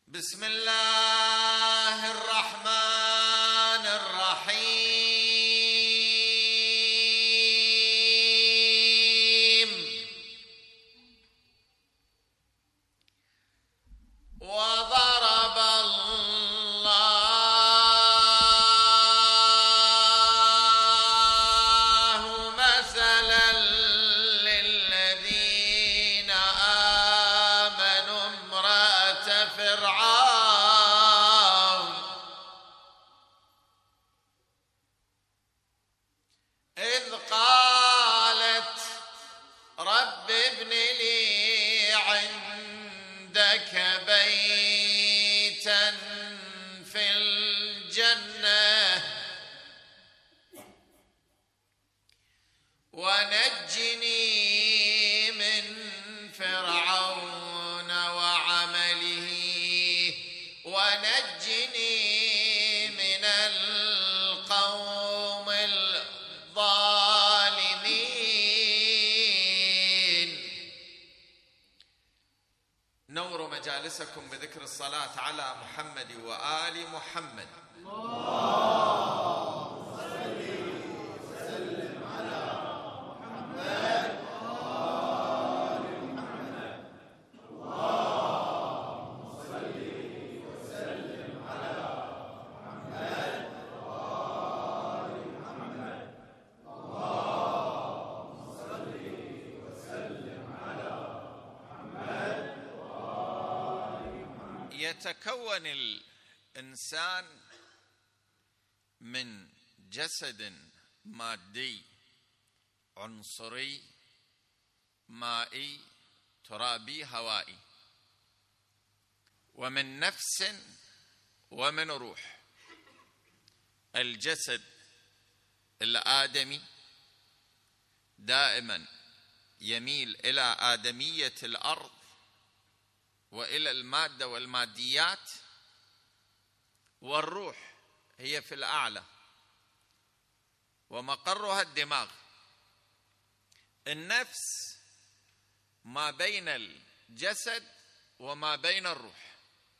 بسم الله الرحمن الرحيم. وضرب الله مثلا للذين آمنوا امرأة فرعون إذ قالت رب ابن لي عندك بيتا في الجنة ونجني من فرعون وعمله ونجني من القوم الظالمين. نور مجالسكم بذكر الصلاة على محمد وآل محمد. يتكون الإنسان من جسد مادي عنصري مائي ترابي هوائي، ومن نفس ومن روح. الجسد الآدمي دائما يميل إلى آدمية الأرض وإلى المادة والماديات، والروح هي في الأعلى ومقرها الدماغ. النفس ما بين الجسد وما بين الروح.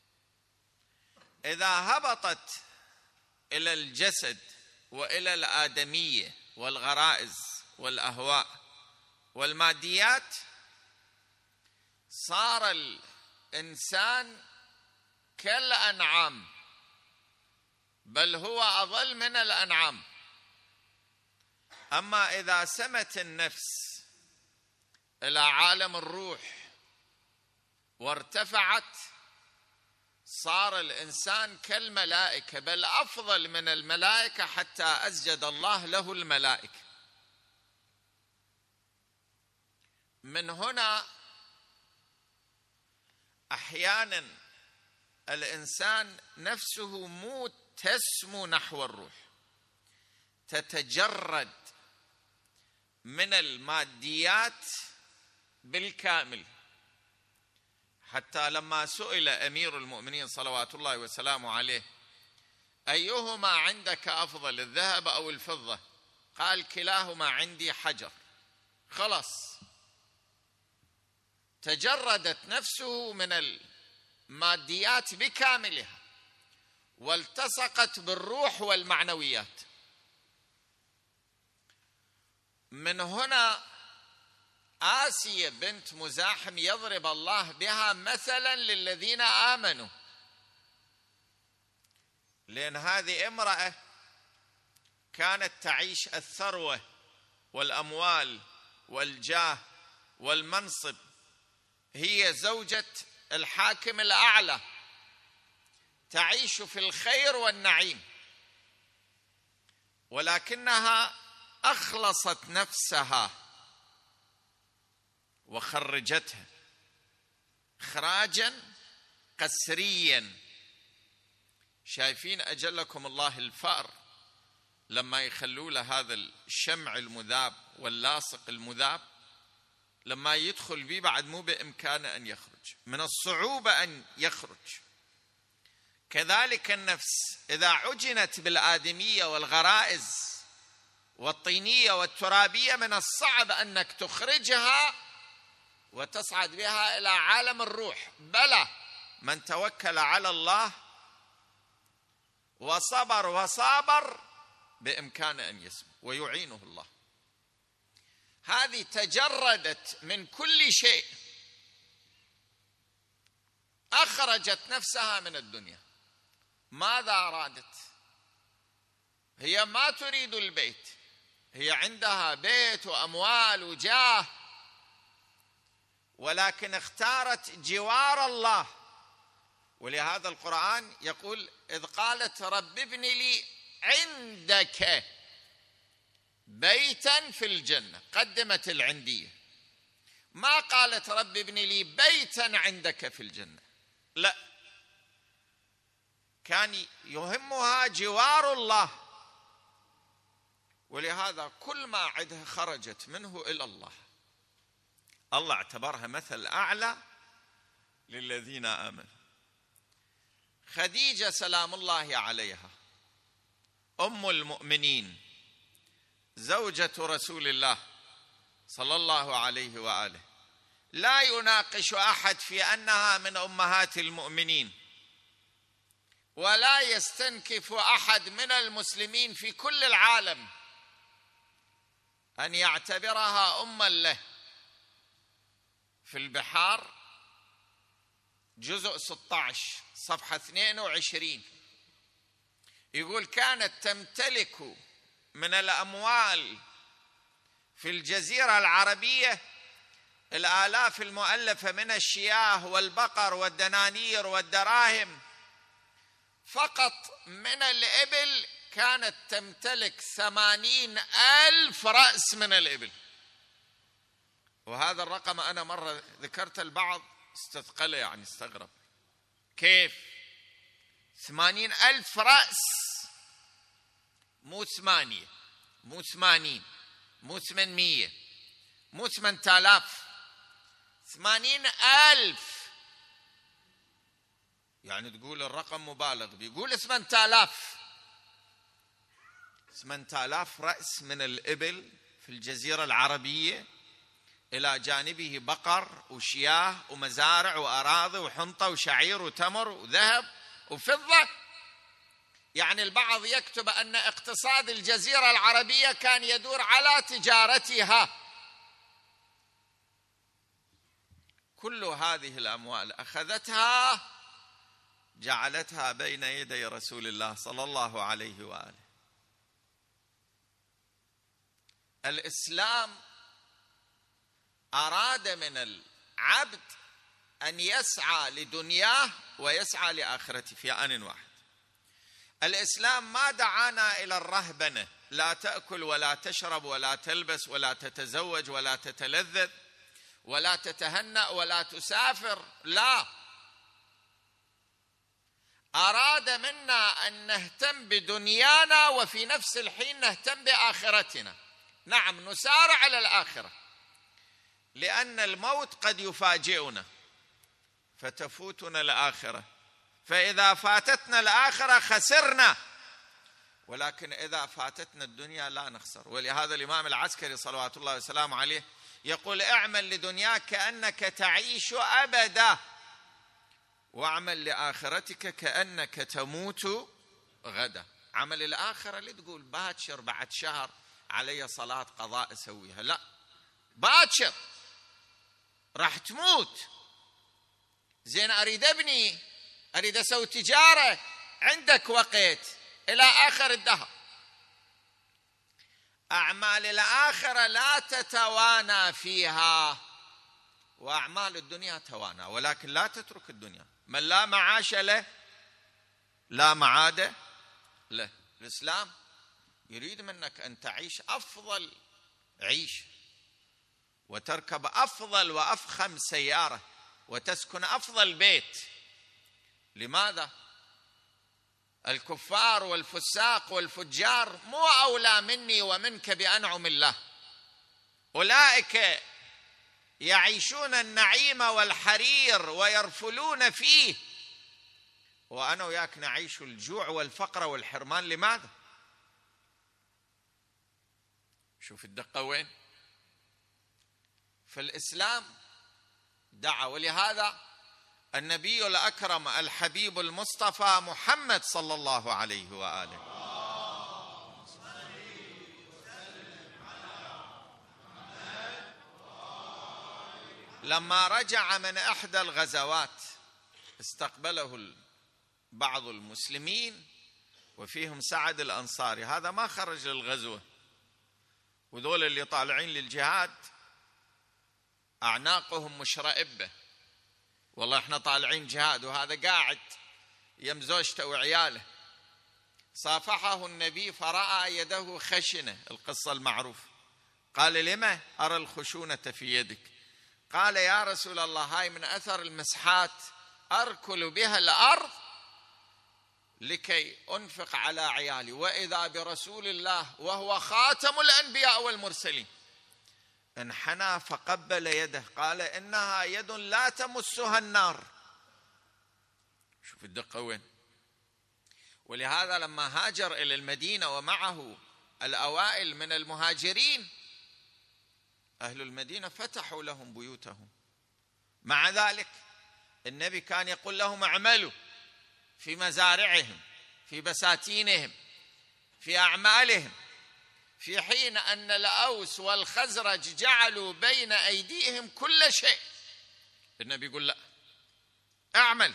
إذا هبطت إلى الجسد وإلى الآدمية والغرائز والأهواء والماديات صار الإنسان كالأنعام، بل هو أضل من الأنعام. أما إذا سمت النفس إلى عالم الروح وارتفعت صار الإنسان كالملائكة، بل أفضل من الملائكة، حتى أسجد الله له الملائكة. من هنا أحيانا الإنسان نفسه مو تسمو نحو الروح، تتجرد من الماديات بالكامل. حتى لما سئل أمير المؤمنين صلوات الله وسلامه عليه أيهما عندك أفضل، الذهب أو الفضة؟ قال كلاهما عندي حجر. خلاص تجردت نفسه من الماديات بكاملها والتصقت بالروح والمعنويات. من هنا آسيا بنت مزاحم يضرب الله بها مثلا للذين آمنوا، لأن هذه امرأة كانت تعيش الثروة والأموال والجاه والمنصب، هي زوجة الحاكم الأعلى، تعيش في الخير والنعيم، ولكنها أخلصت نفسها وخرجتها إخراجا قسريا. شايفين أجلكم الله الفأر لما يخلوا له هذا الشمع المذاب واللاصق المذاب، لما يدخل به بعد مو بإمكانه أن يخرج، من الصعوبة أن يخرج. كذلك النفس إذا عجنت بالآدمية والغرائز والطينية والترابية من الصعب أنك تخرجها وتصعد بها إلى عالم الروح. بلى من توكل على الله وصبر بإمكانه أن يسمع ويعينه الله. هذه تجردت من كل شيء، أخرجت نفسها من الدنيا. ماذا أرادت؟ هي ما تريد البيت، هي عندها بيت وأموال وجاه، ولكن اختارت جوار الله. ولهذا القرآن يقول: إذ قالت رب ابن لي عندك بيتا في الجنة. قدمت العندية، ما قالت رب ابن لي بيتا عندك في الجنة، لا، كان يهمها جوار الله. ولهذا كل ما عدها خرجت منه إلى الله. الله اعتبرها مثل أعلى للذين آمنوا. خديجة سلام الله عليها أم المؤمنين، زوجة رسول الله صلى الله عليه وآله، لا يناقش أحد في أنها من أمهات المؤمنين، ولا يستنكف أحد من المسلمين في كل العالم أن يعتبرها أما له. في البحار جزء 16 صفحة 22 يقول: كانت تمتلك من الأموال في الجزيرة العربية الآلاف المؤلفة من الشياه والبقر والدنانير والدراهم. فقط من الإبل كانت تمتلك 80,000 رأس من الإبل. وهذا الرقم أنا مرة ذكرت البعض استثقله، يعني استغرب كيف 80,000 رأس، مو 8، مو 80، مو 800، مو 8,000، 80,000. يعني تقول الرقم مبالغ، بيقول 8,000 رأس من الإبل في الجزيرة العربية، إلى جانبه بقر وشياه ومزارع وأراضي وحنطة وشعير وتمر وذهب وفضة. يعني البعض يكتب أن اقتصاد الجزيرة العربية كان يدور على تجارتها. كل هذه الأموال أخذتها، جعلتها بين يدي رسول الله صلى الله عليه وآله. الإسلام أراد من العبد أن يسعى لدنياه ويسعى لآخرته في آن واحد. الإسلام ما دعانا إلى الرهبنة، لا تأكل ولا تشرب ولا تلبس ولا تتزوج ولا تتلذذ ولا تتهنأ ولا تسافر، لا، أراد منا أن نهتم بدنيانا وفي نفس الحين نهتم بآخرتنا. نعم، نسارع إلى الآخرة، لأن الموت قد يفاجئنا فتفوتنا الآخرة، فإذا فاتتنا الآخرة خسرنا، ولكن إذا فاتتنا الدنيا لا نخسر. ولهذا الإمام العسكري صلوات الله وسلامه عليه يقول: اعمل لدنياك كأنك تعيش أبدا، واعمل لآخرتك كأنك تموت غدا. عمل الآخرة اللي تقول باكر بعد شهر علي صلاة قضاء أسويها، لا، باكر راح تموت. زين، أريد أبني، أريد أسوي تجارة، عندك وقت إلى آخر الدهر. أعمال الآخرة لا تتوانى فيها، وأعمال الدنيا توانى، ولكن لا تترك الدنيا. من لا معاش له لا معاد له. الإسلام يريد منك أن تعيش أفضل عيش، وتركب أفضل وأفخم سيارة، وتسكن أفضل بيت. لماذا؟ الكفار والفساق والفجار مو أولى مني ومنك بأنعم الله. أولئك يعيشون النعيم والحرير ويرفلون فيه، وأنا وياك نعيش الجوع والفقر والحرمان. لماذا؟ شوف الدقة وين. فالإسلام دعا، ولهذا النبي الأكرم الحبيب المصطفى محمد صلى الله عليه وآله. لما رجع من إحدى الغزوات استقبله بعض المسلمين وفيهم سعد الأنصاري. هذا ما خرج للغزوة، وذول اللي طالعين للجهاد أعناقهم مشرئبة، والله احنا طالعين جهاد، وهذا قاعد يم زوجته وعياله. صافحه النبي فرأى يده خشنة، القصة المعروفة. قال: لما أرى الخشونة في يدك؟ قال: يا رسول الله، هاي من أثر المسحات أركل بها الأرض لكي أنفق على عيالي، وإذا برسول الله وهو خاتم الأنبياء والمرسلين. انحنى فقبل يده، قال: إنها يد لا تمسها النار. شوف الدقة وين. ولهذا لما هاجر إلى المدينة ومعه الأوائل من المهاجرين، أهل المدينة فتحوا لهم بيوتهم. مع ذلك النبي كان يقول لهم: اعملوا في مزارعهم، في بساتينهم، في أعمالهم، في حين أن الأوس والخزرج جعلوا بين أيديهم كل شيء. النبي يقول: لا، اعمل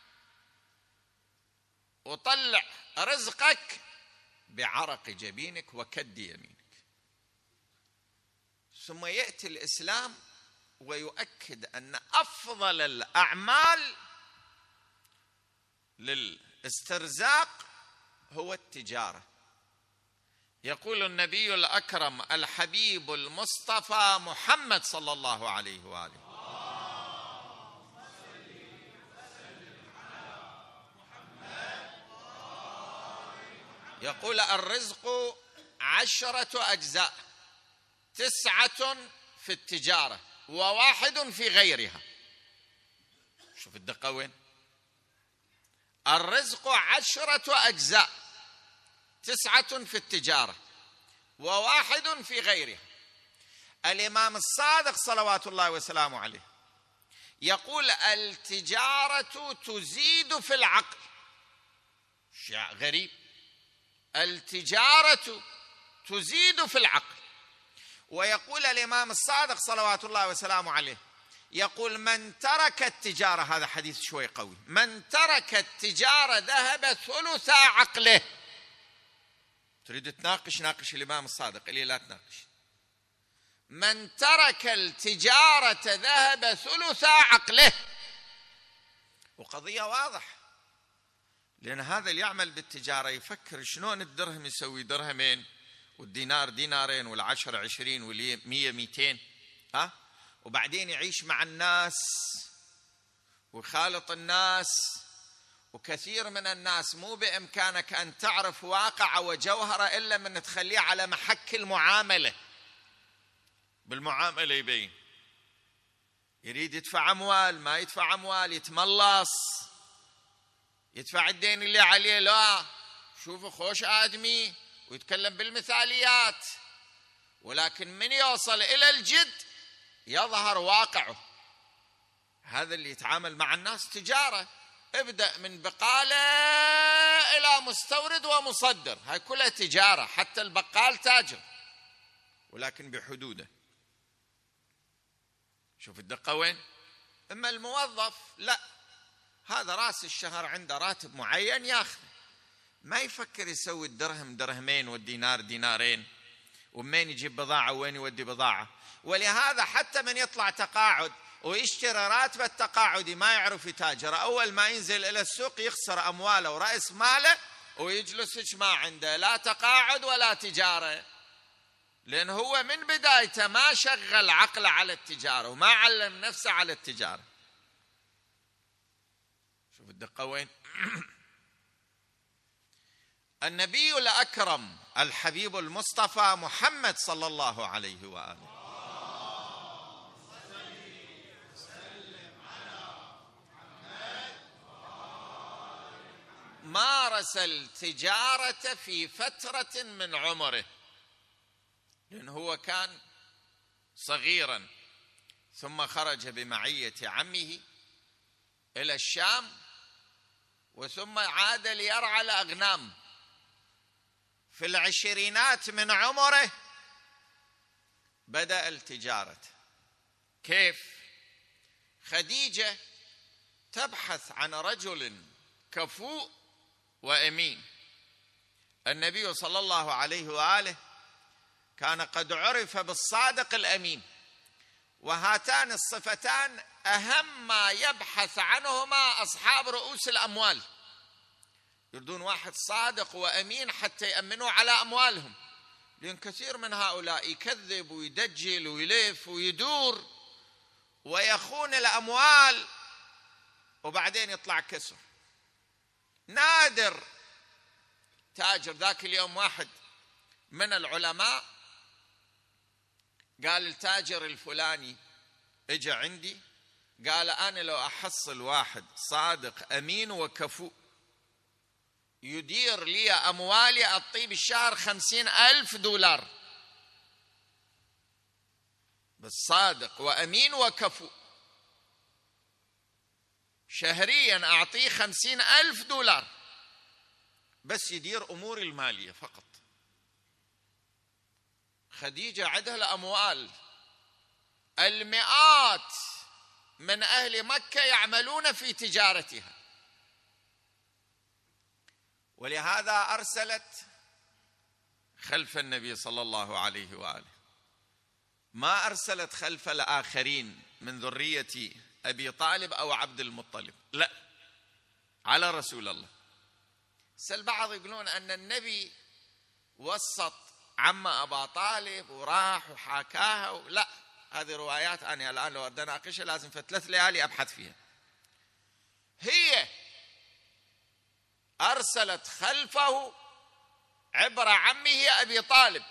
وطلع رزقك بعرق جبينك وكد يمينك. ثم يأتي الإسلام ويؤكد أن أفضل الأعمال للاسترزاق هو التجارة. يقول النبي الأكرم الحبيب المصطفى محمد صلى الله عليه وآله: يقول: الرزق 10 أجزاء، 9 في التجارة و1 في غيرها. شوف الدقة وين. الرزق 10 أجزاء، 9 في التجارة و1 في غيرها. الإمام الصادق صلوات الله وسلامه عليه يقول: التجارة تزيد في العقل. شيء غريب، التجارة تزيد في العقل. ويقول الإمام الصادق صلوات الله وسلامه عليه، يقول: من ترك التجارة، هذا حديث شوي قوي، من ترك التجارة ذهب ثلث عقله. تريد تناقش، ناقش الإمام الصادق، اللي لا تناقش. من ترك التجارة ذهب ثلث عقله. وقضية واضح، لأن هذا اللي يعمل بالتجارة يفكر شلون الدرهم يسوي درهمين، والدينار دينارين، والعشر 20، والمية 200. وبعدين يعيش مع الناس ويخالط الناس. وكثير من الناس مو بإمكانك أن تعرف واقعه وجوهره إلا من تخليه على محك المعاملة. بالمعاملة يبين، يريد يدفع أموال، ما يدفع أموال، يتملص، يدفع الدين اللي عليه، لا، شوفوا خوش آدمي ويتكلم بالمثاليات. ولكن من يوصل إلى الجد يظهر واقعه. هذا اللي يتعامل مع الناس تجارة، ابدأ من بقالة إلى مستورد ومصدر، هاي كلها تجارة. حتى البقال تاجر، ولكن بحدوده. شوف الدقة وين. اما الموظف لا، هذا راس الشهر عنده راتب معين ياخذ، ما يفكر يسوي الدرهم درهمين والدينار دينارين، ومين يجيب بضاعة وين يودي بضاعة. ولهذا حتى من يطلع تقاعد ويشتري راتب التقاعدي ما يعرف يتاجر، أول ما ينزل إلى السوق يخسر أمواله ورأس ماله ويجلس ما عنده لا تقاعد ولا تجارة، لأن هو من بدايته ما شغل عقله على التجارة وما علم نفسه على التجارة. شوف الدقة وين. النبي الأكرم الحبيب المصطفى محمد صلى الله عليه وآله مارس التجارة في فترة من عمره، لأنه هو كان صغيرا ثم خرج بمعية عمه إلى الشام، وثم عاد ليرعى الأغنام. في العشرينات من عمره بدأ التجارة. كيف؟ خديجة تبحث عن رجل كفؤ وأمين. النبي صلى الله عليه وآله كان قد عرف بالصادق الأمين، وهاتان الصفتان أهم ما يبحث عنهما أصحاب رؤوس الأموال. يريدون واحد صادق وأمين حتى يأمنوا على أموالهم، لأن كثير من هؤلاء يكذب ويدجل ويلف ويدور ويخون الأموال وبعدين يطلع كسر. نادر تاجر. ذاك اليوم واحد من العلماء قال التاجر الفلاني اجى عندي، قال أنا لو أحصل واحد صادق أمين وكفؤ يدير لي أموالي أعطيه بالشهر 50,000 دولار، بس صادق وأمين وكفؤ، شهريا أعطيه 50,000 دولار بس يدير أمور المالية فقط. خديجة عندها الأموال، المئات من أهل مكة يعملون في تجارتها، ولهذا أرسلت خلف النبي صلى الله عليه وآله. ما أرسلت خلف الآخرين من ذرية أبي طالب أو عبد المطلب، لا، على رسول الله. البعض يقولون أن النبي وسط عم أبا طالب وراح وحاكاها، لا، هذه روايات أنا الآن لو أردت أناقشها لازم في 3 ليالي أبحث فيها. هي أرسلت خلفه عبر عمه أبي طالب.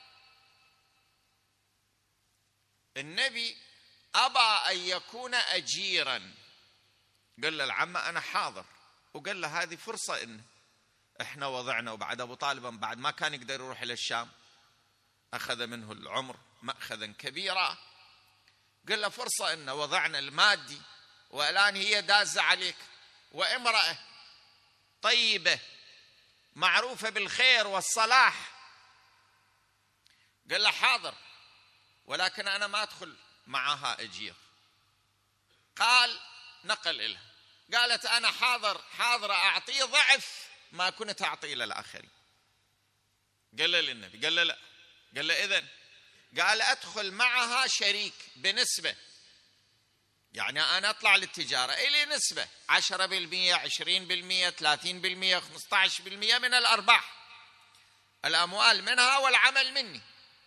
النبي أبى أن يكون أجيرا، قال له العم أنا حاضر، وقال له هذه فرصة إن إحنا وضعنا، وبعد أبو طالب بعد ما كان يقدر يروح إلى الشام أخذ منه العمر مأخذا كبيرا، قال له فرصة إن وضعنا المادي والآن هي دازة عليك، وامرأة طيبة معروفة بالخير والصلاح. قال له حاضر، ولكن أنا ما أدخل معها أجير. قال نقل إلها، قالت أنا حاضر أعطيه ضعف ما كنت أعطيه للآخرين. قال له للنبي، قال له لا، قال له إذن، قال أدخل معها شريك بنسبة، يعني أنا أطلع للتجارة إلي نسبة 10%، 20%، 30%، 15% من الأرباح، الأموال منها والعمل مني.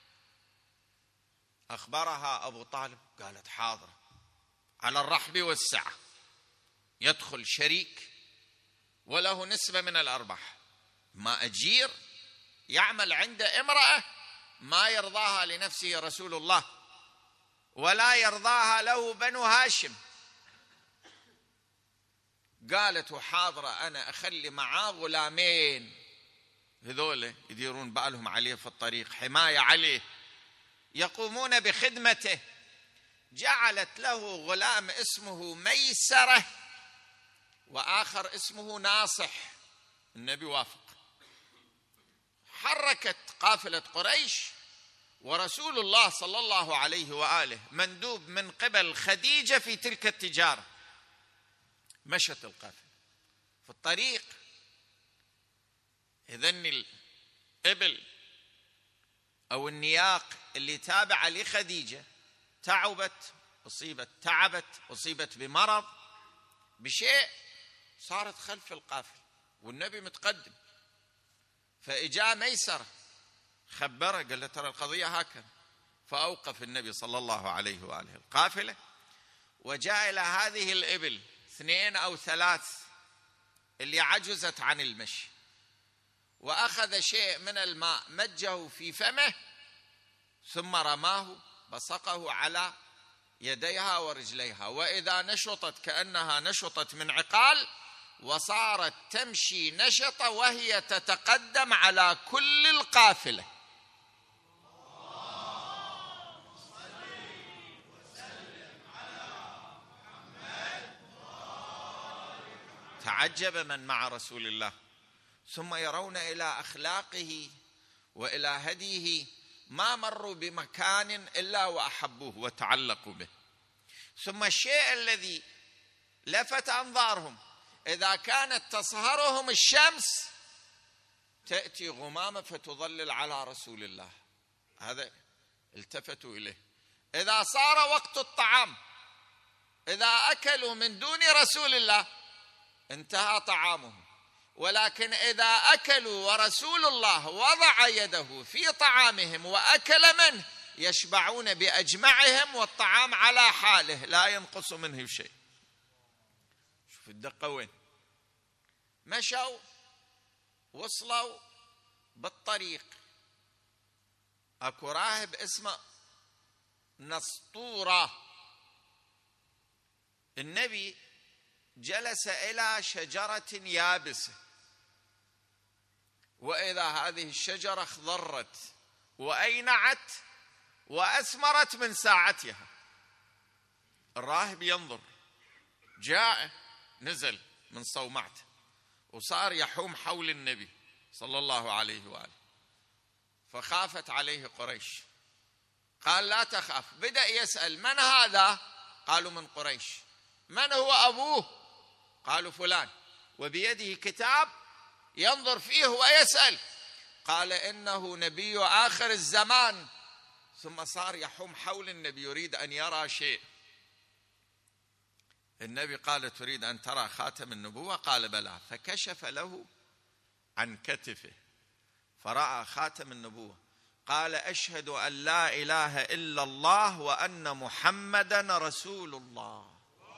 أخبرها أبو طالب، قالت حاضر، على الرحب والسعة. يدخل شريك وله نسبة من الأرباح، ما أجير يعمل عند امرأة ما يرضاها لنفسه رسول الله ولا يرضاها له بنو هاشم. قالت وحاضرة أنا أخلي معاه غلامين، هذول يديرون بالهم عليه في الطريق، حماية عليه، يقومون بخدمته. جعلت له غلام اسمه ميسرة وآخر اسمه ناصح. النبي وافق. حركت قافلة قريش، ورسول الله صلى الله عليه وآله مندوب من قبل خديجة في تلك التجارة. مشت القافلة في الطريق، إذن الإبل أو النياق اللي تابعة لخديجة تعبت، أصيبت بمرض بشيء، صارت خلف القافلة والنبي متقدم. فإجا ميسر خبره، قال له ترى القضية هكذا. فأوقف النبي صلى الله عليه وآله القافلة، وجاء إلى هذه الإبل 2 أو 3 اللي عجزت عن المشي، وأخذ شيء من الماء مجه في فمه، ثم رماه بصقه على يديها ورجليها، وإذا نشطت كأنها نشطت من عقال، وصارت تمشي نشطة وهي تتقدم على كل القافلة. تعجب من مع رسول الله، ثم يرون إلى أخلاقه وإلى هديه ما مروا بمكان إلا وأحبوه وتعلقوا به. ثم الشيء الذي لفت أنظارهم إذا كانت تصهرهم الشمس تأتي غمامة فتظلل على رسول الله، هذا التفتوا إليه. إذا صار وقت الطعام، إذا أكلوا من دون رسول الله انتهى طعامهم، ولكن إذا أكلوا ورسول الله وضع يده في طعامهم وأكل منه يشبعون بأجمعهم والطعام على حاله لا ينقص منه شيء. شوف الدقة وين. مشوا وصلوا بالطريق، أكو راهب اسمه نسطورة، النبي جلس إلى شجرة يابسة، وإذا هذه الشجرة اخضرت وأينعت وأثمرت من ساعتها. الراهب ينظر، جاء نزل من صومعته وصار يحوم حول النبي صلى الله عليه وآله، فخافت عليه قريش. قال لا تخاف، بدأ يسأل من هذا؟ قالوا من قريش. من هو أبوه؟ قالوا فلان، وبيده كتاب ينظر فيه ويسأل. قال إنه نبي آخر الزمان. ثم صار يحوم حول النبي يريد أن يرى شيء. النبي قال تريد أن ترى خاتم النبوة؟ قال بلى، فكشف له عن كتفه فرأى خاتم النبوة. قال أشهد أن لا إله إلا الله وأن محمدا رسول الله.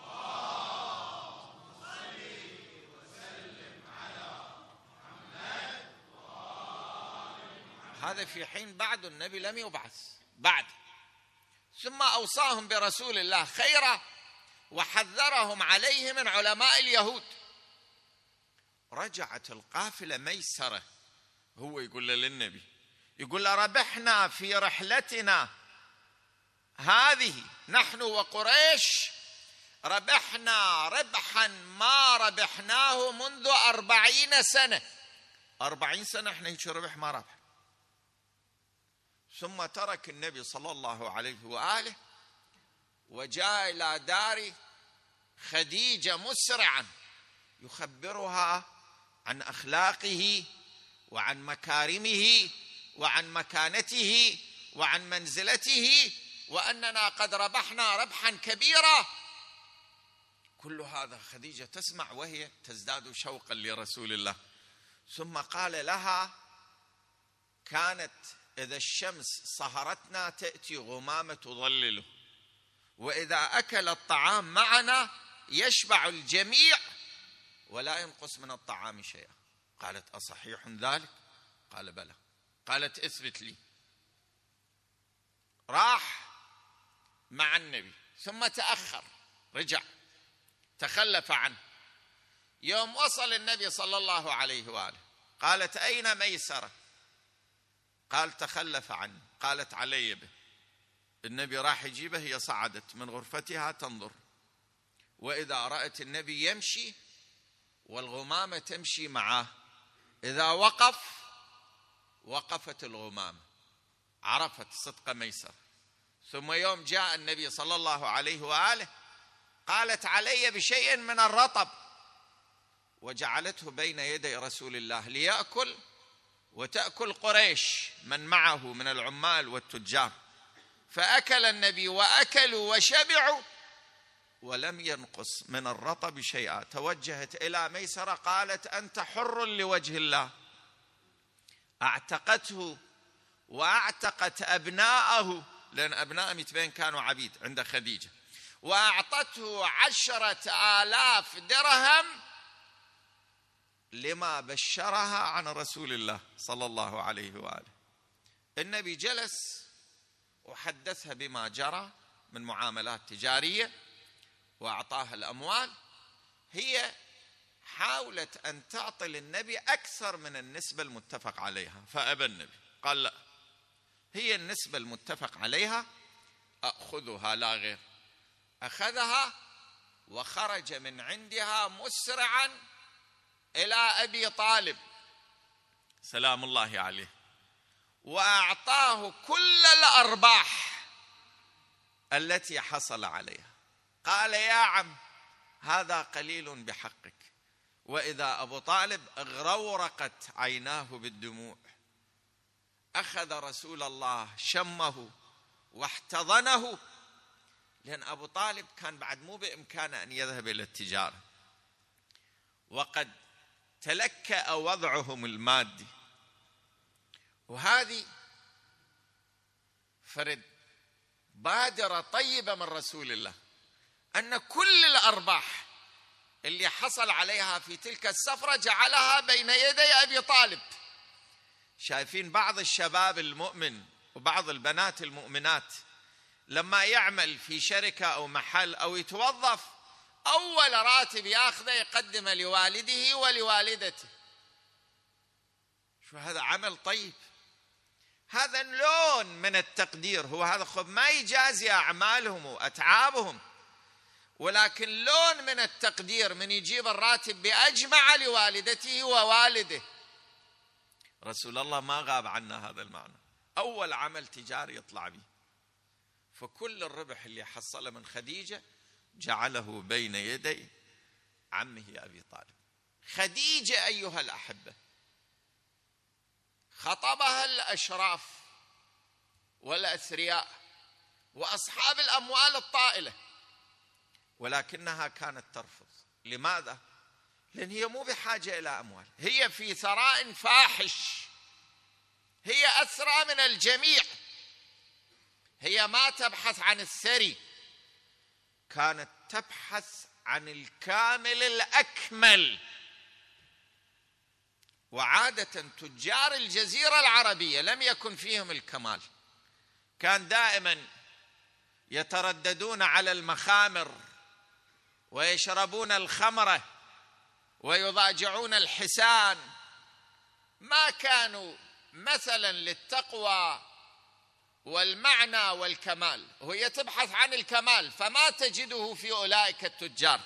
هذا في حين بعد النبي لم يبعث بعد. ثم أوصاهم برسول الله خيرا وحذرهم عليه من علماء اليهود. رجعت القافلة ميسرة، هو يقول للنبي، يقول له ربحنا في رحلتنا هذه نحن وقريش، ربحنا ربحا ما ربحناه منذ 40 سنة. 40 سنة احنا هيك ربح ما ربح. ثم ترك النبي صلى الله عليه وآله وجاء إلى دار خديجة مسرعا يخبرها عن أخلاقه وعن مكارمه وعن مكانته وعن منزلته، وأننا قد ربحنا ربحا كبيرا. كل هذا خديجة تسمع وهي تزداد شوقا لرسول الله. ثم قال لها كانت إذا الشمس صهرتنا تأتي غمامة تظلله، وإذا أكل الطعام معنا يشبع الجميع ولا ينقص من الطعام شيئا. قالت أصحيح ذلك؟ قال بلى. قالت اثبت لي. راح مع النبي ثم تأخر، رجع تخلف عنه. يوم وصل النبي صلى الله عليه وآله قالت أين ميسرة؟ قال تخلف عني. قالت علي به. النبي راح يجيبه، هي صعدت من غرفتها تنظر، وإذا رأت النبي يمشي والغمامة تمشي معه، إذا وقف وقفت الغمامة، عرفت صدق ميسر. ثم يوم جاء النبي صلى الله عليه وآله قالت علي بشيء من الرطب، وجعلته بين يدي رسول الله ليأكل وتأكل قريش من معه من العمال والتجار. فأكل النبي وأكلوا وشبعوا ولم ينقص من الرطب شيئا. توجهت إلى ميسرة قالت أنت حر لوجه الله. اعتقته واعتقت أبناءه، لأن أبناء متبين كانوا عبيد عند خديجة، وأعطته 10,000 درهم لما بشرها عن رسول الله صلى الله عليه وآله. النبي جلس وحدثها بما جرى من معاملات تجارية وأعطاها الأموال. هي حاولت أن تعطي للنبي أكثر من النسبة المتفق عليها، فأبى النبي، قال لا، هي النسبة المتفق عليها أخذها لا غير. أخذها وخرج من عندها مسرعا إلى أبي طالب سلام الله عليه، وأعطاه كل الأرباح التي حصل عليها. قال: يا عم، هذا قليل بحقك. وإذا أبو طالب اغرورقت عيناه بالدموع، أخذ رسول الله شمه واحتضنه، لأن أبو طالب كان بعد مو بإمكانه أن يذهب إلى التجارة، وقد تلكأ وضعهم المادي. وهذه فرد بادرة طيبة من رسول الله، أن كل الأرباح اللي حصل عليها في تلك السفرة جعلها بين يدي أبي طالب. شايفين بعض الشباب المؤمن وبعض البنات المؤمنات لما يعمل في شركة أو محل أو يتوظف، أول راتب يأخذه يقدمه لوالده ولوالدته. شو هذا عمل طيب، هذا لون من التقدير. هو هذا خب ما يجازي أعمالهم وأتعابهم، ولكن لون من التقدير من يجيب الراتب بأجمع لوالدته ووالده. رسول الله ما غاب عنا هذا المعنى، أول عمل تجاري يطلع به، فكل الربح اللي حصله من خديجة جعله بين يدي عمه أبي طالب. خديجة أيها الأحبة خطبها الأشراف والأثرياء وأصحاب الأموال الطائلة، ولكنها كانت ترفض. لماذا؟ لأن هي مو بحاجة إلى أموال، هي في ثراء فاحش، هي أثرى من الجميع، هي ما تبحث عن الثري، كانت تبحث عن الكامل الأكمل. وعادة تجار الجزيرة العربية لم يكن فيهم الكمال، كان دائما يترددون على المخامر ويشربون الخمرة ويضاجعون الحسان، ما كانوا مثلا للتقوى والمعنى والكمال. وهي تبحث عن الكمال فما تجده في أولئك التجار.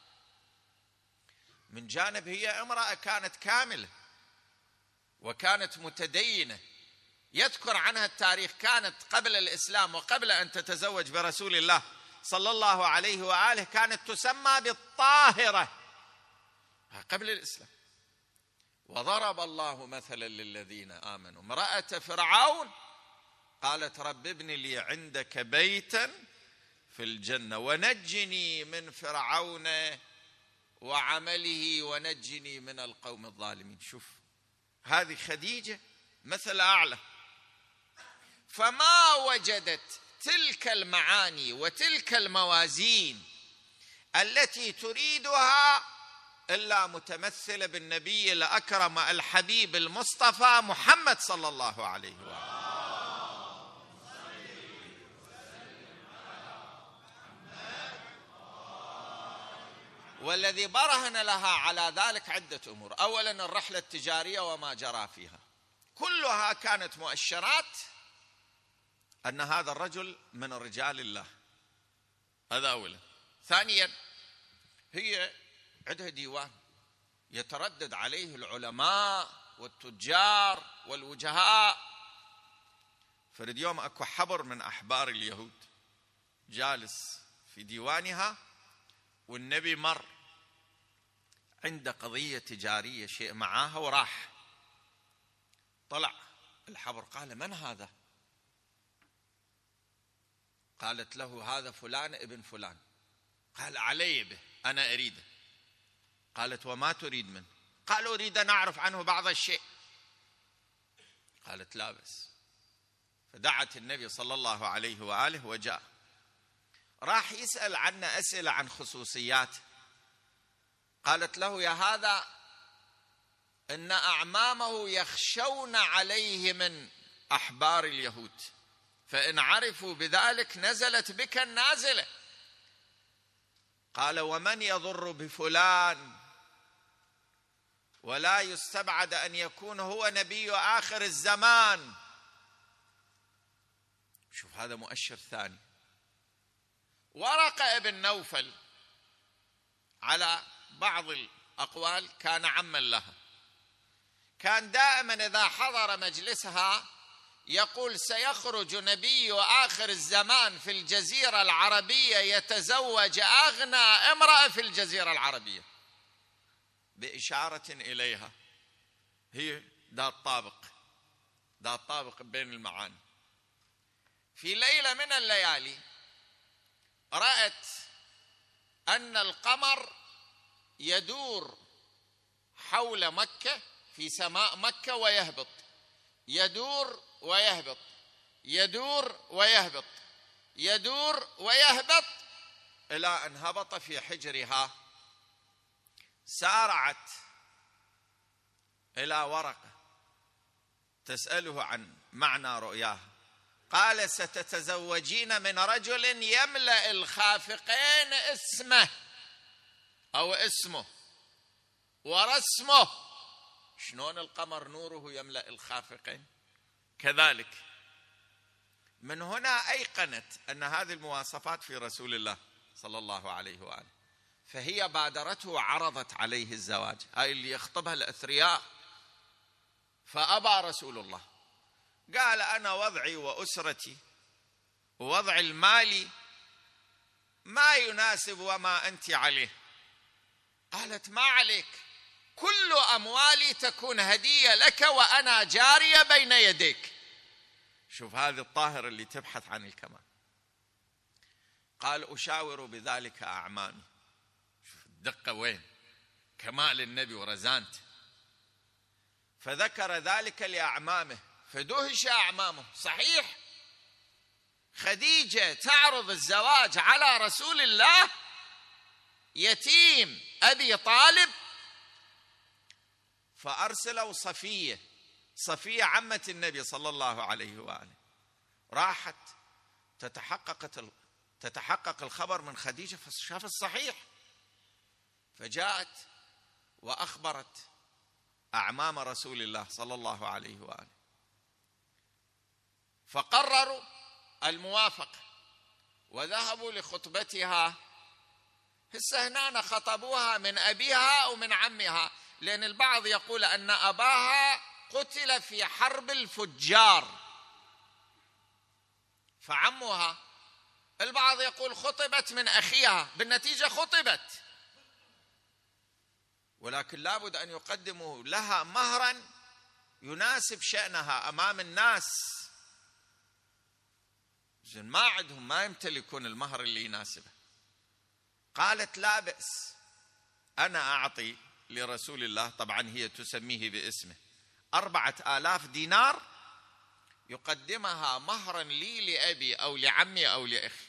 من جانب هي امرأة كانت كاملة وكانت متدينة، يذكر عنها التاريخ كانت قبل الإسلام وقبل أن تتزوج برسول الله صلى الله عليه وآله كانت تسمى بالطاهرة قبل الإسلام. وضرب الله مثلا للذين آمنوا امرأة فرعون قالت: رب ابن لي عندك بيتا في الجنة ونجني من فرعون وعمله ونجني من القوم الظالمين. شوف هذه خديجة مثل أعلى، فما وجدت تلك المعاني وتلك الموازين التي تريدها إلا متمثلة بالنبي الأكرم الحبيب المصطفى محمد صلى الله عليه وآله. والذي برهن لها على ذلك عدة أمور. أولا الرحلة التجارية وما جرى فيها، كلها كانت مؤشرات أن هذا الرجل من رجال الله، هذا أولا. ثانيا هي عندها ديوان يتردد عليه العلماء والتجار والوجهاء. فرد يوم أكو حبر من أحبار اليهود جالس في ديوانها، والنبي مر عند قضية تجارية شيء معاها وراح طلع الحبر، قال: من هذا؟ قالت له: هذا فلان ابن فلان. قال: علي به، أنا أريده. قالت: وما تريد منه؟ قال: أريد أن أعرف عنه بعض الشيء. قالت: لا بس. فدعت النبي صلى الله عليه وآله وجاء، راح يسأل عنه أسئلة عن خصوصيات. قالت له: يا هذا إن أعمامه يخشون عليه من أحبار اليهود، فإن عرفوا بذلك نزلت بك النازلة. قال: ومن يضر بفلان؟ ولا يستبعد أن يكون هو نبي آخر الزمان. شوف هذا مؤشر ثاني. ورقة ابن نوفل على بعض أقوال كان عما لها. كان دائما إذا حضر مجلسها يقول سيخرج نبي آخر الزمان في الجزيرة العربية يتزوج أغنى امرأة في الجزيرة العربية، بإشارة إليها. هي ذات طابق بين المعاني. في ليلة من الليالي رأت أن القمر يدور حول مكة في سماء مكة ويهبط، يدور ويهبط، يدور ويهبط، يدور ويهبط، إلى أن هبط في حجرها. سارعت إلى ورقة تسأله عن معنى رؤياها. قال ستتزوجين من رجل يملأ الخافقين اسمه أو اسمه ورسمه. شلون القمر نوره يملأ الخافقين؟ كذلك. من هنا أيقنت أن هذه المواصفات في رسول الله صلى الله عليه وآله، فهي بادرته وعرضت عليه الزواج. هاي اللي يخطبها الأثرياء، فأبى رسول الله. قال أنا وضعي وأسرتي ووضع المالي ما يناسب وما أنت عليه. قالت ما عليك، كل أموالي تكون هدية لك وأنا جارية بين يديك. شوف هذه الطاهرة اللي تبحث عن الكمال. قال أشاور بذلك أعمامي. شوف الدقة وين، كمال النبي ورزانته. فذكر ذلك لأعمامه فدهش أعمامه. صحيح خديجة تعرض الزواج على رسول الله، يتيم أبي طالب، فأرسلوا صفية عمة النبي صلى الله عليه وآله، راحت تتحقق الخبر من خديجة، فشاف الصحيح، فجاءت وأخبرت أعمام رسول الله صلى الله عليه وآله، فقرروا الموافقة وذهبوا لخطبتها. هسه هنا خطبوها من أبيها أو من عمها، لأن البعض يقول أن أباها قتل في حرب الفجار فعمها، البعض يقول خطبت من أخيها، بالنتيجة خطبت، ولكن لابد أن يقدموا لها مهرا يناسب شأنها أمام الناس. ما عندهم، ما يمتلكون المهر اللي يناسبه. قالت لا بأس، أنا أعطي لرسول الله، طبعا هي تسميه باسمه، 4000 دينار يقدمها مهرا لي لأبي أو لعمي أو لأخي.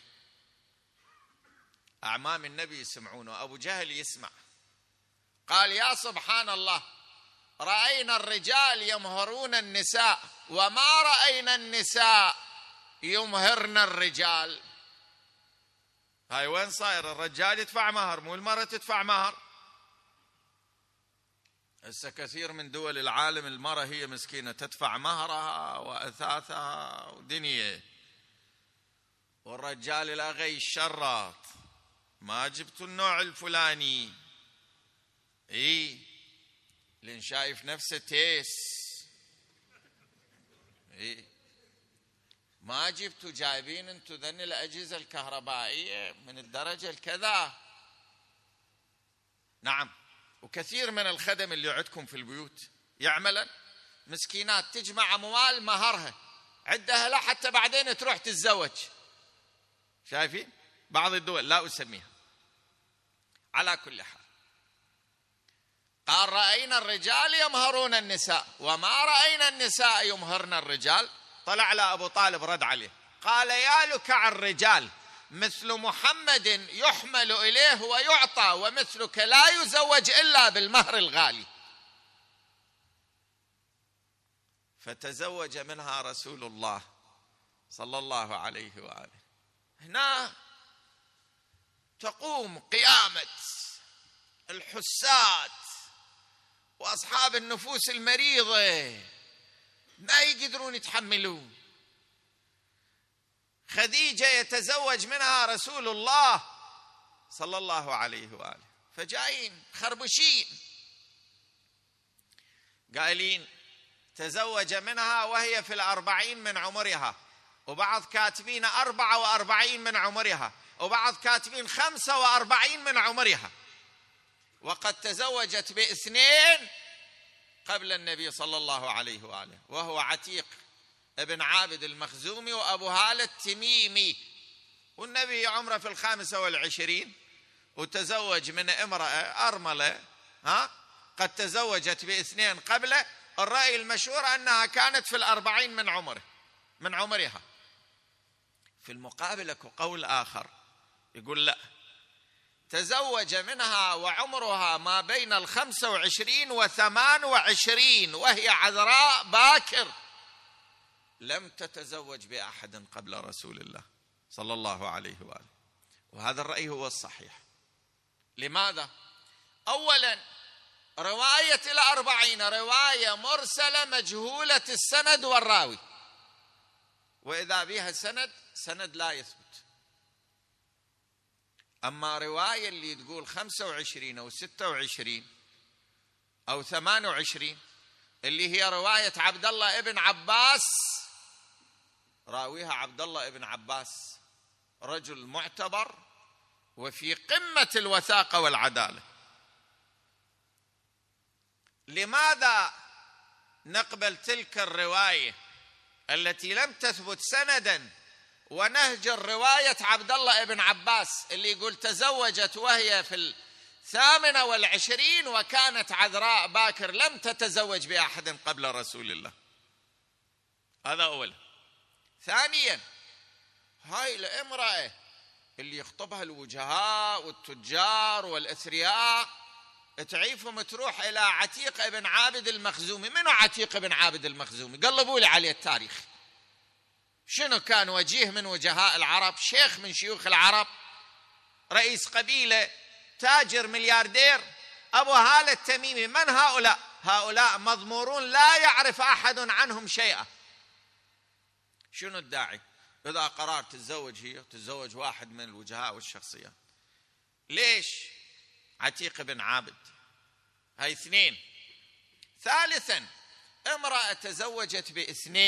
أعمام النبي يسمعونه، أبو جهل يسمع. قال يا سبحان الله، رأينا الرجال يمهرون النساء وما رأينا النساء يمهرن الرجال. هاي وين صاير؟ الرجال يدفع مهر مو المرأة تدفع مهر. هسه كثير من دول العالم المرأة هي مسكينة تدفع مهرها وأثاثها ودنيا، والرجال الأغي الشراط، ما جبتوا النوع الفلاني، لين شايف نفسه تيس، ما جبتوا جايبين انتوا ذن الأجهزة الكهربائية من الدرجة الكذا. نعم، وكثير من الخدم اللي عندكم في البيوت يعملن مسكينات تجمع أموال مهرها عندها لا حتى بعدين تروح تتزوج. شايفين بعض الدول لا أسميها. على كل حال قال رأينا الرجال يمهرون النساء وما رأينا النساء يمهرن الرجال. طلع على أبو طالب رد عليه قال يا لكع الرجال، مثل محمد يحمل إليه ويعطى، ومثلك لا يزوج إلا بالمهر الغالي. فتزوج منها رسول الله صلى الله عليه وآله. هنا تقوم قيامة الحساد وأصحاب النفوس المريضة، ما يقدرون يتحملون. خديجة يتزوج منها رسول الله صلى الله عليه وآله، فجايين خربشين قائلين تزوج منها وهي في 40 من عمرها، وبعض كاتبين 44 من عمرها، وبعض كاتبين 45 من عمرها، وقد تزوجت ب2 قبل النبي صلى الله عليه وآله، وهو عتيق ابن عابد المخزومي وأبو هالة التميمي، والنبي عمره في 25 وتزوج من امرأة أرملة قد تزوجت ب2 قبله. الرأي المشهور أنها كانت في 40 من عمرها. في المقابل اكو قول آخر يقول لا، تزوج منها وعمرها ما بين 25 و28 وهي عذراء باكر، لم تتزوج بأحد قبل رسول الله صلى الله عليه وآله. وهذا الرأي هو الصحيح. لماذا؟ أولا رواية 40 رواية مرسلة مجهولة السند والراوي، وإذا بها سند لا يثبت. أما رواية اللي تقول 25 أو 26 أو 28 اللي هي رواية عبد الله ابن عباس، راويها عبد الله ابن عباس رجل معتبر وفي قمة الوثاقة والعدالة. لماذا نقبل تلك الرواية التي لم تثبت سندا ونهجر رواية عبد الله ابن عباس اللي يقول تزوجت وهي في 28 وكانت عذراء باكر لم تتزوج بأحد قبل رسول الله؟ هذا أولا. ثانيا هاي الامرأة اللي يخطبها الوجهاء والتجار والأثرياء تعيفهم تروح إلى عتيق ابن عابد المخزومي. منو عتيق ابن عابد المخزومي؟ قلبوا لي عليه التاريخ. شنو كان؟ وجيه من وجهاء العرب، شيخ من شيوخ العرب، رئيس قبيلة، تاجر، ملياردير، أبو هالة التميمي. من هؤلاء؟ هؤلاء مضمورون لا يعرف أحد عنهم شيئا. شنو الداعي؟ إذا قررت تتزوج هي تتزوج واحد من الوجهاء والشخصيات. ليش؟ عتيق بن عابد. هاي 2. ثالثا امرأة تزوجت ب2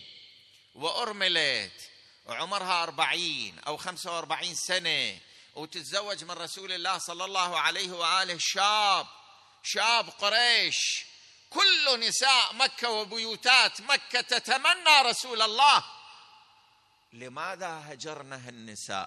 وأرملت وعمرها 40 أو 45 سنة وتتزوج من رسول الله صلى الله عليه وآله شاب قريش. كل نساء مكة وبيوتات مكة تتمنى رسول الله. لماذا هجرنها النساء؟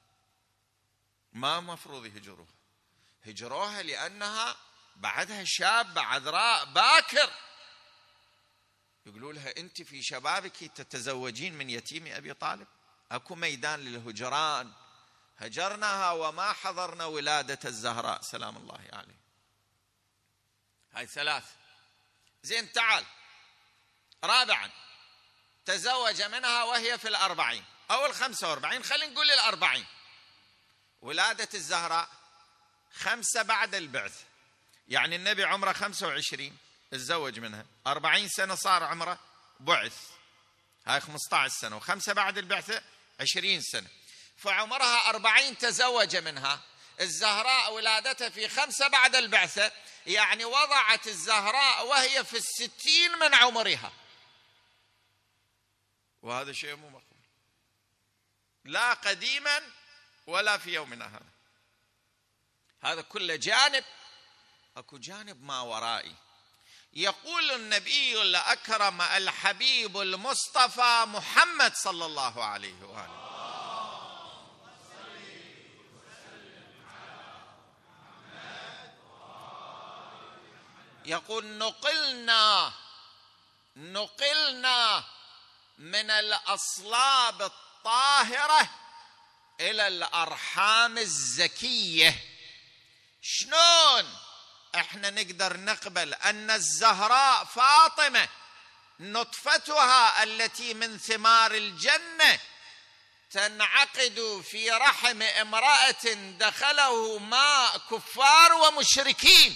ما مفروض هجروها لأنها بعدها شابة عذراء باكر. يقولوا لها أنت في شبابك تتزوجين من يتيم أبي طالب؟ أكو ميدان للهجران. هجرناها وما حضرنا ولادة الزهراء سلام الله عليه. هاي 3. زين تعال. رابعا تزوج منها وهي في 40 أو 45، خلينا نقول 40. ولادة الزهراء 5 بعد البعث، يعني النبي عمره 25 تزوج منها، 40 سنة صار عمره بعث، هاي 15 سنة، و5 بعد البعثة 20 سنة، فعمرها 40 تزوج منها. الزهراء ولادتها في 5 بعد البعثة، يعني وضعت الزهراء وهي في 60 من عمرها، وهذا شيء مو مقبول لا قديما ولا في يومنا هذا. هذا كله جانب. اكو جانب ما ورائي. يقول النبي الأكرم الحبيب المصطفى محمد صلى الله عليه وآله: يقول نقلنا من الأصلاب الطاهرة إلى الأرحام الزكية. شلون احنا نقدر نقبل أن الزهراء فاطمة نطفتها التي من ثمار الجنة تنعقد في رحم امرأة دخله ماء كفار ومشركين؟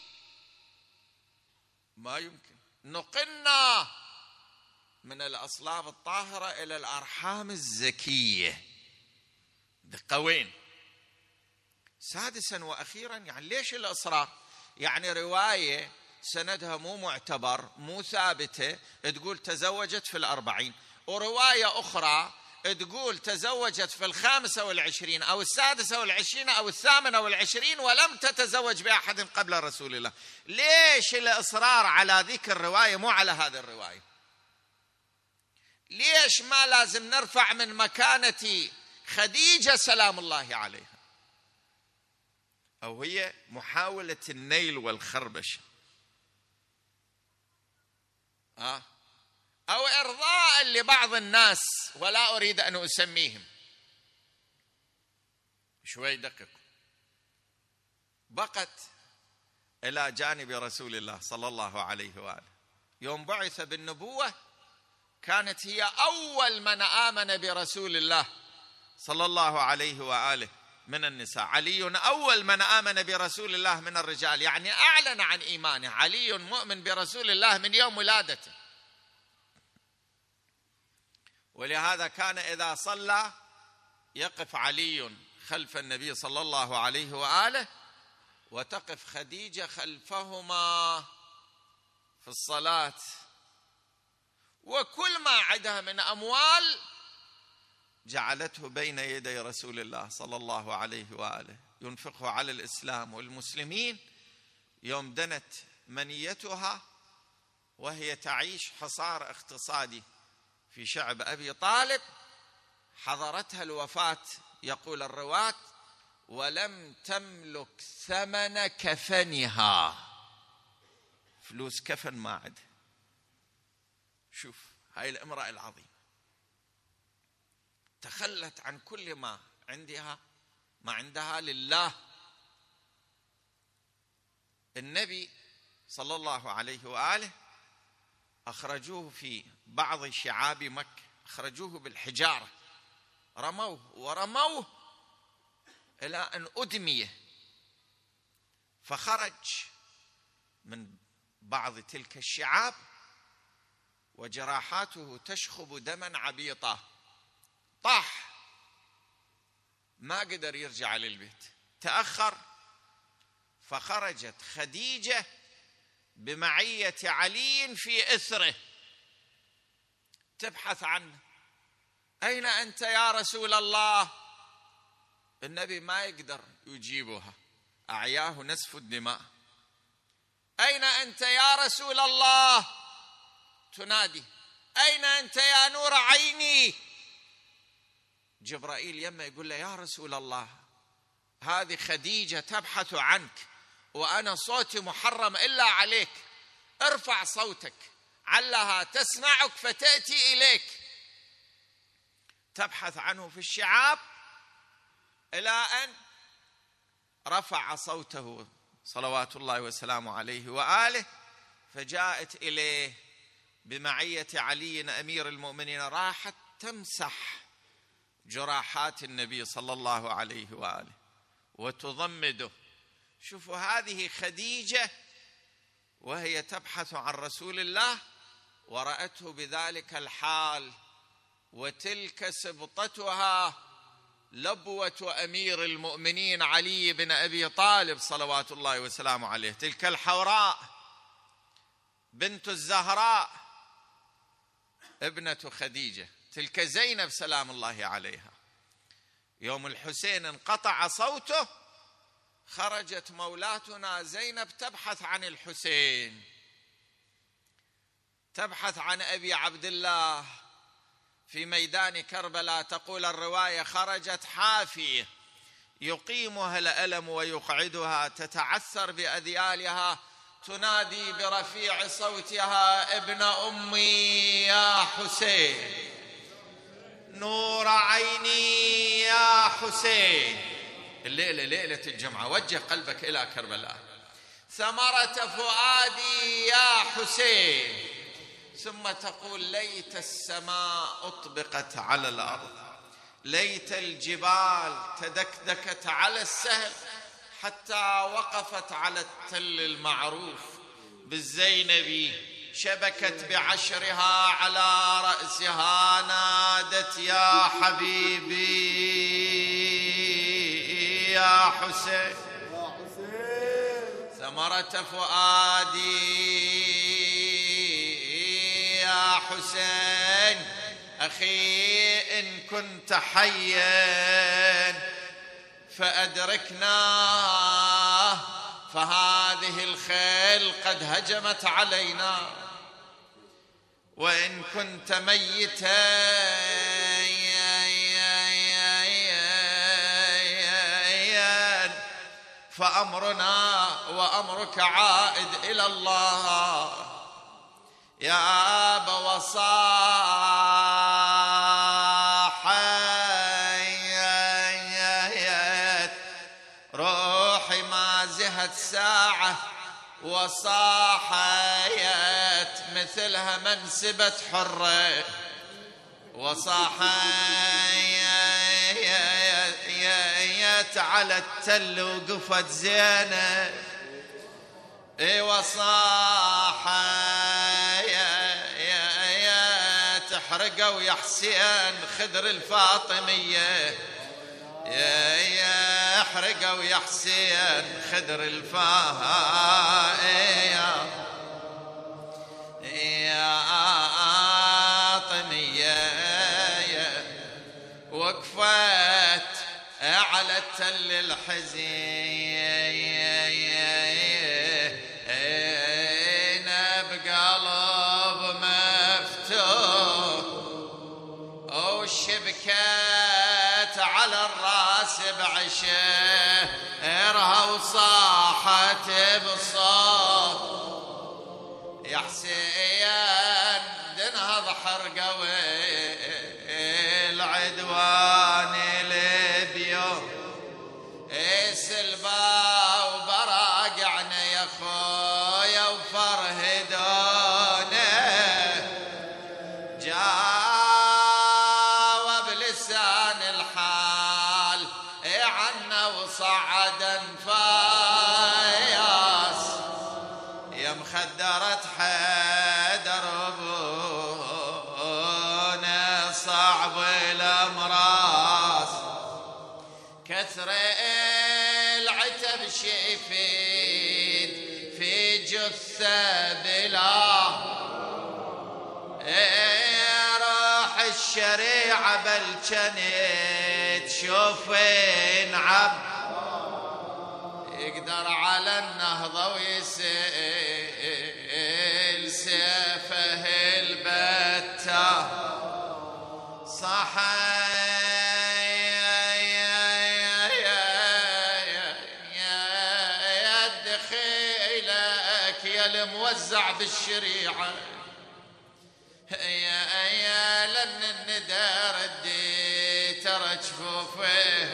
ما يمكن. نقلنا من الأصلاب الطاهرة إلى الأرحام الزكية. دقة وين؟ سادسا وأخيرا، يعني ليش الإصرار؟ يعني رواية سندها مو معتبر مو ثابتة تقول تزوجت في 40، ورواية أخرى تقول تزوجت في 25 أو 26 أو 28 ولم تتزوج بأحد قبل رسول الله. ليش الإصرار على ذيك الرواية مو على هذه الرواية؟ ليش ما لازم نرفع من مكانة خديجة سلام الله عليها؟ أو هي محاولة النيل والخربشة، أو إرضاء لبعض الناس ولا أريد أن أسميهم. شوي دقق. بقت إلى جانب رسول الله صلى الله عليه وآله. يوم بعث بالنبوة كانت هي أول من آمن برسول الله صلى الله عليه وآله من النساء. علي أول من آمن برسول الله من الرجال، يعني أعلن عن إيمانه. علي مؤمن برسول الله من يوم ولادته، ولهذا كان إذا صلى يقف علي خلف النبي صلى الله عليه وآله، وتقف خديجة خلفهما في الصلاة، وكل ما عندها من أموال جعلته بين يدي رسول الله صلى الله عليه وآله ينفقه على الإسلام والمسلمين. يوم دنت منيتها وهي تعيش حصار اقتصادي في شعب أبي طالب، حضرتها الوفاة، يقول الرواة ولم تملك ثمن كفنها، فلوس كفن ما عندها. شوف هاي الامرأة العظيمة تخلت عن كل ما عندها لله. النبي صلى الله عليه وآله أخرجوه في بعض شعاب مكة، أخرجوه بالحجارة، رموه إلى أن أدمي، فخرج من بعض تلك الشعاب وجراحاته تشخب دما عبيطا، طاح، ما قدر يرجع للبيت، تأخر. فخرجت خديجة بمعية علي في إثره تبحث عنه. أين أنت يا رسول الله؟ النبي ما يقدر يجيبها، أعياه نسف الدماء. أين أنت يا رسول الله؟ تنادي أين أنت يا نور عيني؟ جبرائيل يما يقول له يا رسول الله هذه خديجة تبحث عنك وأنا صوتي محرم إلا عليك، ارفع صوتك علها تسمعك فتأتي إليك. تبحث عنه في الشعاب إلى أن رفع صوته صلوات الله وسلامه عليه وآله، فجاءت إليه بمعية علي أمير المؤمنين، راحت تمسح جراحات النبي صلى الله عليه وآله وتضمده. شوفوا هذه خديجة وهي تبحث عن رسول الله ورأته بذلك الحال، وتلك سبطتها لبوة أمير المؤمنين علي بن أبي طالب صلوات الله وسلامه عليه، تلك الحوراء بنت الزهراء ابنة خديجة، تلك زينب سلام الله عليها. يوم الحسين انقطع صوته خرجت مولاتنا زينب تبحث عن الحسين، تبحث عن أبي عبد الله في ميدان كربلاء. تقول الرواية خرجت حافية يقيمها الألم ويقعدها، تتعثر بأذيالها، تنادي برفيع صوتها ابن أمي يا حسين، نور عيني يا حسين. الليلة ليلة الجمعة، وجه قلبك إلى كربلاء. ثمرة فؤادي يا حسين. ثم تقول ليت السماء أطبقت على الأرض، ليت الجبال تدكدكت على السهل حتى وقفت على التل المعروف بالزينبي، شبكت بعشرها على رأسها، نادت يا حبيبي يا حسين ثمرة فؤادي يا حسين أخي إن كنت حيا فأدركنا فهذه الخيل قد هجمت علينا، وإن كنت ميتا فأمرنا وأمرك عائد إلى الله. يا أبا وصاحت روحي ما زهت ساعة وصاحت مثلها منسبة حرة، وصاحت على التل وقفت زينة، وصاحت احرقوا يا حسين خدر الفاطمية، يا احرقوا يا حسين خدر الفاطمية وقفت على التل الحزين بقلب مفتوح، وشبكت على الراس بعشيرها وصاحت بصوت يا حسين دنهض حرقوي العدوان البيوم سلبا وبراقعنا يا خويا وفرهدونا، جاوب لسان الحال عنا وصعد انفاس، يا مخدرة حيدر ابونا صعب الامراس، كثر العتب شفيت في جثة بلا روح الشريعة بلجنت شوفين عبد يقدر على النهضة ويسيل سيفه البتة، دخيلك يا الموزع بالشريعة يا لن الندار الدي ترى جفوفه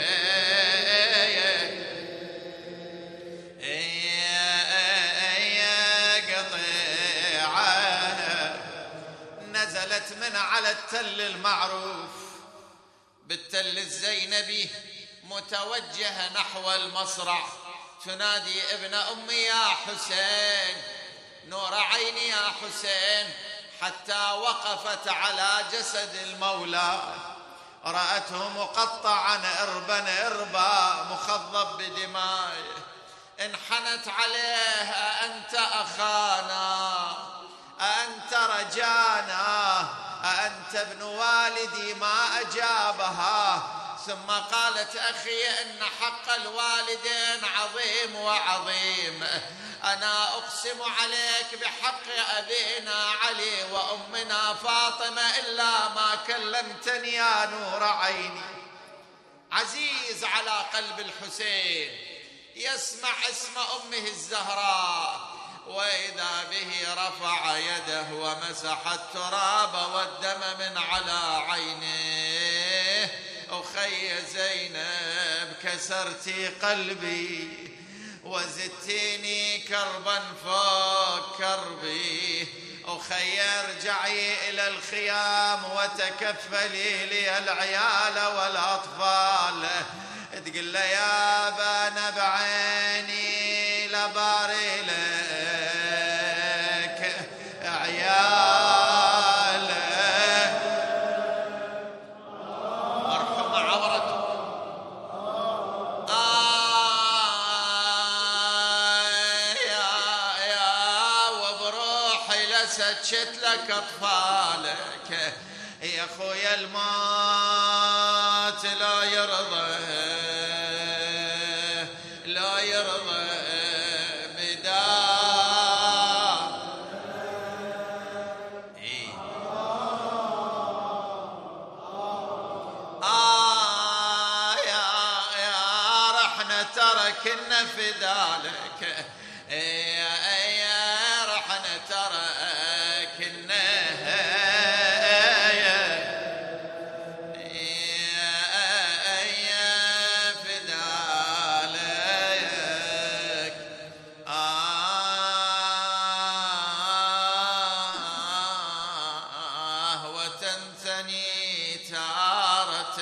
نزلت من على التل المعروف بالتل الزينبي متوجهة نحو المصرع تنادي ابن أمي يا حسين نور عيني يا حسين، حتى وقفت على جسد المولى رأته مقطعا إربا مخضب بدمائه، انحنت عليه أنت أخانا أنت رجانا أنت ابن والدي، ما أجابها، ثم قالت أخي إن حق الوالدين عظيم وعظيم، أنا أقسم عليك بحق أبينا علي وأمنا فاطمة إلا ما كلمتني يا نور عيني. عزيز على قلب الحسين يسمع اسم أمه الزهراء، وإذا به رفع يده ومسح التراب والدم من على عينيه. أخي زينب كسرتي قلبي وزدتيني كربا فوق كربي، أخي ارجعي إلى الخيام وتكفلي لي العيال والأطفال، تقول له يا بنا بعيني لباري لك عيال مرحوم عورته سجت لك أطفالك يا أخويا الموت لا يرضى لا يرضى كنا فدالك رحنا تركنا فدالك وتنثني تارة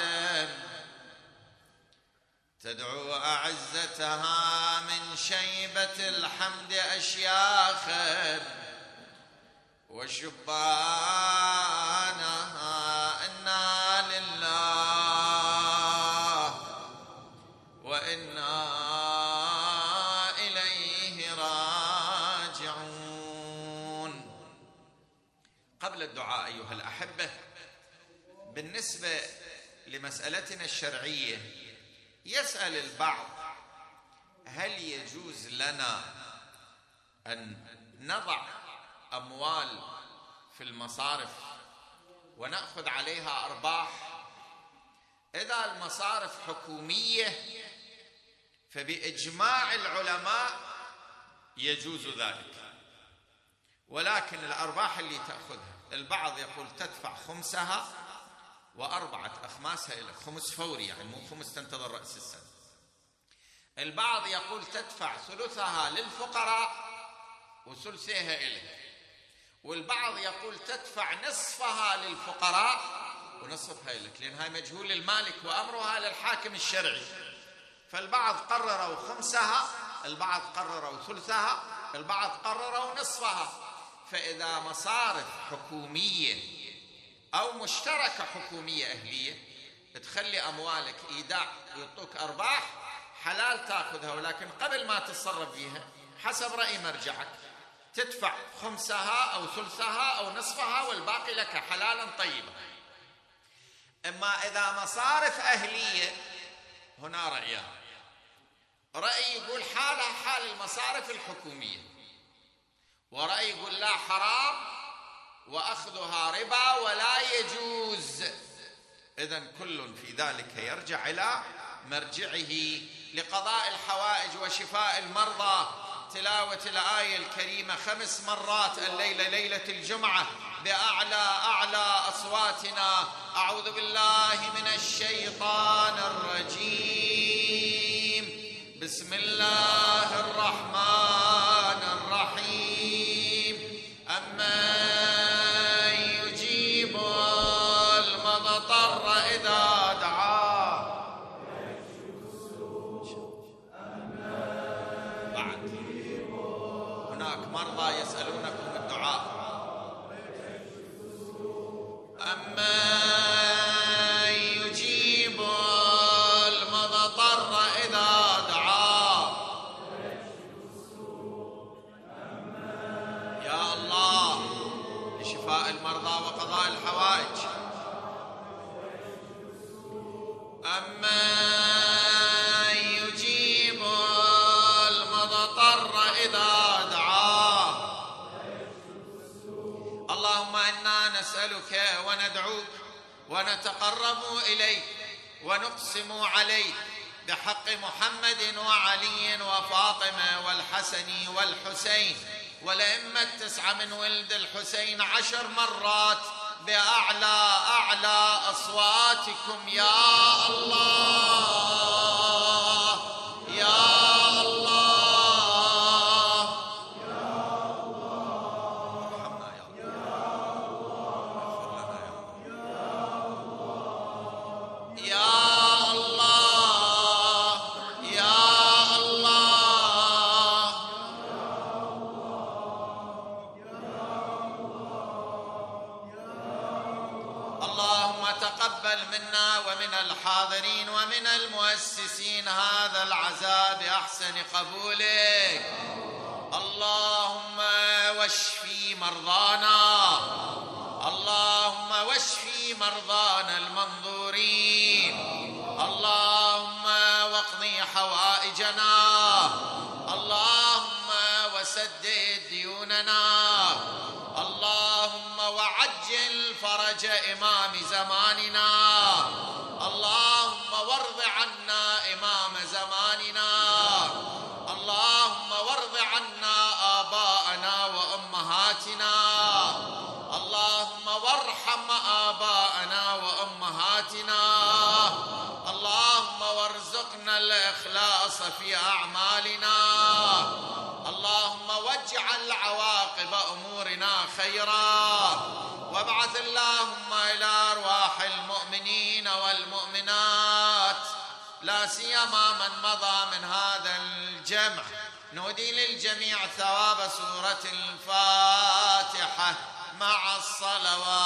تدعو أعزتها من شيبة الحمد أشياخا وشبانها إنا لله وإنا إليه راجعون. قبل الدعاء أيها الأحبة، بالنسبة لمسألتنا الشرعية، يسأل البعض: هل يجوز لنا أن نضع أموال في المصارف ونأخذ عليها أرباح؟ إذا المصارف حكومية فبإجماع العلماء يجوز ذلك، ولكن الأرباح اللي تأخذها البعض يقول تدفع خمسها وأربعة أخماسها إليك، خمس فوري يعني مو خمس تنتظر رأس السنة. البعض يقول تدفع ثلثها للفقراء وثلثها إليك، والبعض يقول تدفع نصفها للفقراء ونصفها إليك، لأن هاي مجهول المالك وأمرها للحاكم الشرعي. فالبعض قرروا خمسها، البعض قرروا ثلثها، البعض قرروا نصفها. فإذا مصارف حكومية أو مشتركة حكومية أهلية تخلي أموالك إيداع ويعطوك أرباح، حلال تأخذها، ولكن قبل ما تتصرف فيها حسب رأي مرجعك تدفع خمسها أو ثلثها أو نصفها والباقي لك حلالا طيبا. أما إذا مصارف أهلية هنا رأيان: رأي يقول حالها حال المصارف الحكومية، ورأي يقول لا حرام وأخذها ربا ولا يجوز. إذن كل في ذلك يرجع إلى مرجعه لقضاء الحوائج وشفاء المرضى. تلاوة الآية الكريمة 5 مرات الليلة ليلة الجمعة بأعلى أصواتنا: أعوذ بالله من الشيطان الرجيم، بسم الله الرحمن الرحيم، أمن يجيب المضطر إذا دعاه. بعد هناك مرضى يسألونكم الدعاء. أمن يجيب المضطر إذا دعاه. يا الله لشفاء المرضى وقضاء الحوائج. أمن يجيب المضطر إذا دعاه. اللهم إنا نسألك وندعوك ونتقرب إليك ونقسم عليك بحق محمد وعلي وفاطمة والحسن والحسين والأئمة 9 من ولد الحسين 10 مرات بأعلى أصواتكم: يا الله يا الله ارحمنا يا الله، اغفر لنا يا الله يا الله. اللهم تقبل منا ومن الحاضرين ومن المؤسسين هذا العزاء بأحسن قبولك. اللهم واشفي مرضانا، اللهم واشفي مرضانا المنظورين، اللهم واقضي حوائجنا، اللهم وسدد ديوننا، اللهم وعجل فرج إمام زماننا، اللهم وارض عنا إمام زماننا، اللهم وارض عنا آباءنا وأمهاتنا، اللهم وارحم آباءنا وأمهاتنا، اللهم وارزقنا الإخلاص في أعمالنا، اللهم واجعل عواقب أمورنا خيرا، وابعث اللهم إلى أرواح المؤمنين والمؤمنات لا سيما من مضى من هذا الجمع، نودي للجميع ثواب سورة الفاتحة مع الصلوات.